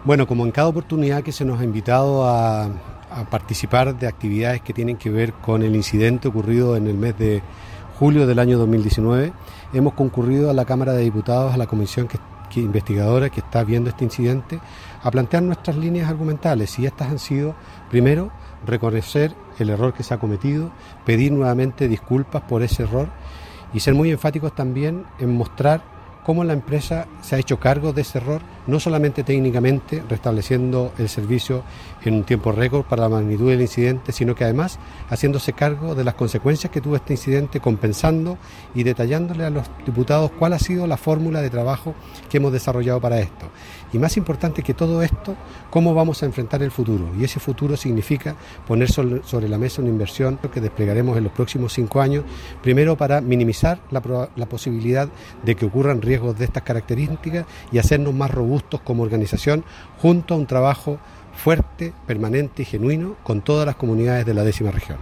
Bueno, como en cada oportunidad que se nos ha invitado a participar de actividades que tienen que ver con el incidente ocurrido en el mes de julio del año 2019, hemos concurrido a la Cámara de Diputados, a la comisión investigadora que está viendo este incidente, a plantear nuestras líneas argumentales, y estas han sido, primero, reconocer el error que se ha cometido, pedir nuevamente disculpas por ese error y ser muy enfáticos también en mostrar cómo la empresa se ha hecho cargo de ese error, no solamente técnicamente restableciendo el servicio en un tiempo récord para la magnitud del incidente, sino que además haciéndose cargo de las consecuencias que tuvo este incidente, compensando y detallándole a los diputados cuál ha sido la fórmula de trabajo que hemos desarrollado para esto. Y más importante que todo esto, cómo vamos a enfrentar el futuro. Y ese futuro significa poner sobre la mesa una inversión que desplegaremos en los próximos 5 años, primero para minimizar la posibilidad de que ocurran riesgos de estas características y hacernos más robustos como organización, junto a un trabajo fuerte, permanente y genuino con todas las comunidades de la 10ª región.